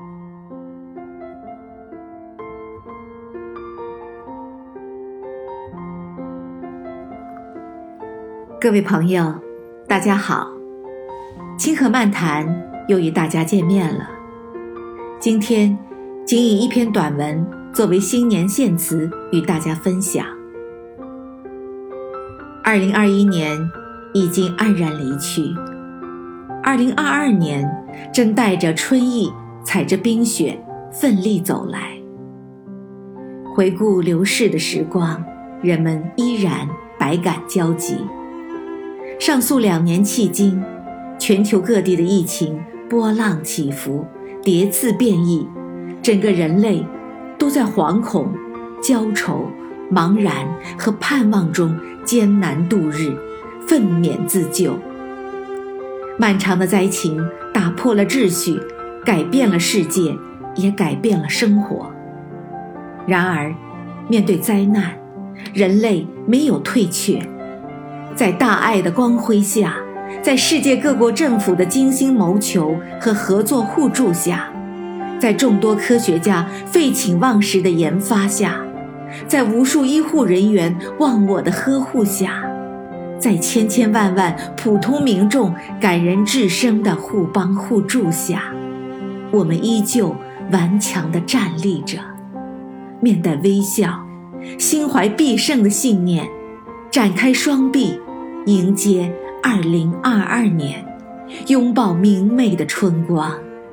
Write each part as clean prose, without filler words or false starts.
各位朋友，大家好，清河漫谈又与大家见面了。今天仅以一篇短文作为新年献词与大家分享。2021年已经黯然离去，2022年正带着春意，踩着冰雪奋力走来。回顾流逝的时光，人们依然百感交集。上溯2年迄今，全球各地的疫情波浪起伏，迭次变异，整个人类都在惶恐、焦愁、茫然和盼望中艰难度日，奋勉自救。漫长的灾情打破了秩序，改变了世界，也改变了生活。然而，面对灾难，人类没有退却。在大爱的光辉下，在世界各国政府的精心谋求和合作互助下，在众多科学家废寝忘食的研发下，在无数医护人员忘我的呵护下，在千千万万普通民众感人至深的互帮互助下，我们依旧顽强地站立着，面带微笑，心怀必胜的信念，展开双臂，迎接2022年，拥抱明媚的春光。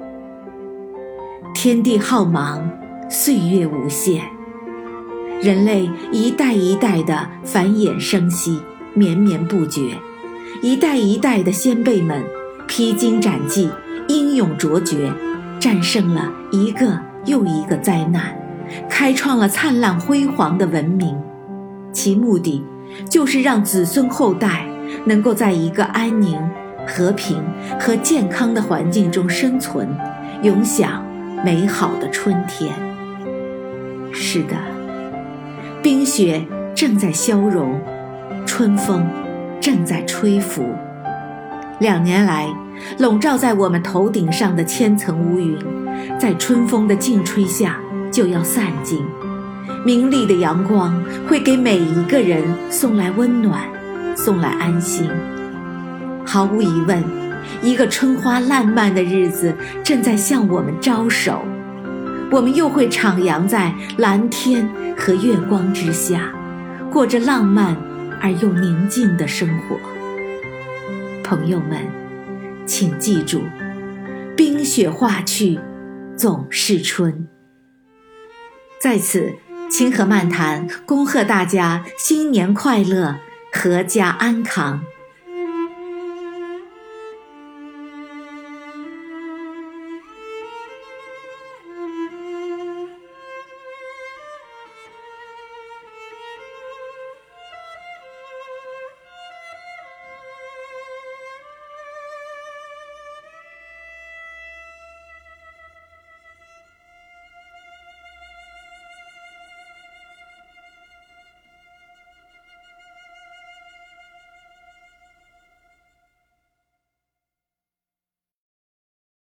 天地浩茫，岁月无限，人类一代一代的繁衍生息，绵绵不绝，一代一代的先辈们披荆斩棘，英勇卓绝，战胜了一个又一个灾难，开创了灿烂辉煌的文明。其目的就是让子孙后代能够在一个安宁、和平和健康的环境中生存，永享美好的春天。是的，冰雪正在消融，春风正在吹拂。2年来，笼罩在我们头顶上的千层乌云，在春风的劲吹下就要散尽。明丽的阳光会给每一个人送来温暖，送来安心。毫无疑问，一个春花烂漫的日子正在向我们招手，我们又会徜徉在蓝天和月光之下，过着浪漫而又宁静的生活。朋友们，请记住，冰雪化去，总是春。在此，清河漫谈恭贺大家新年快乐，阖家安康。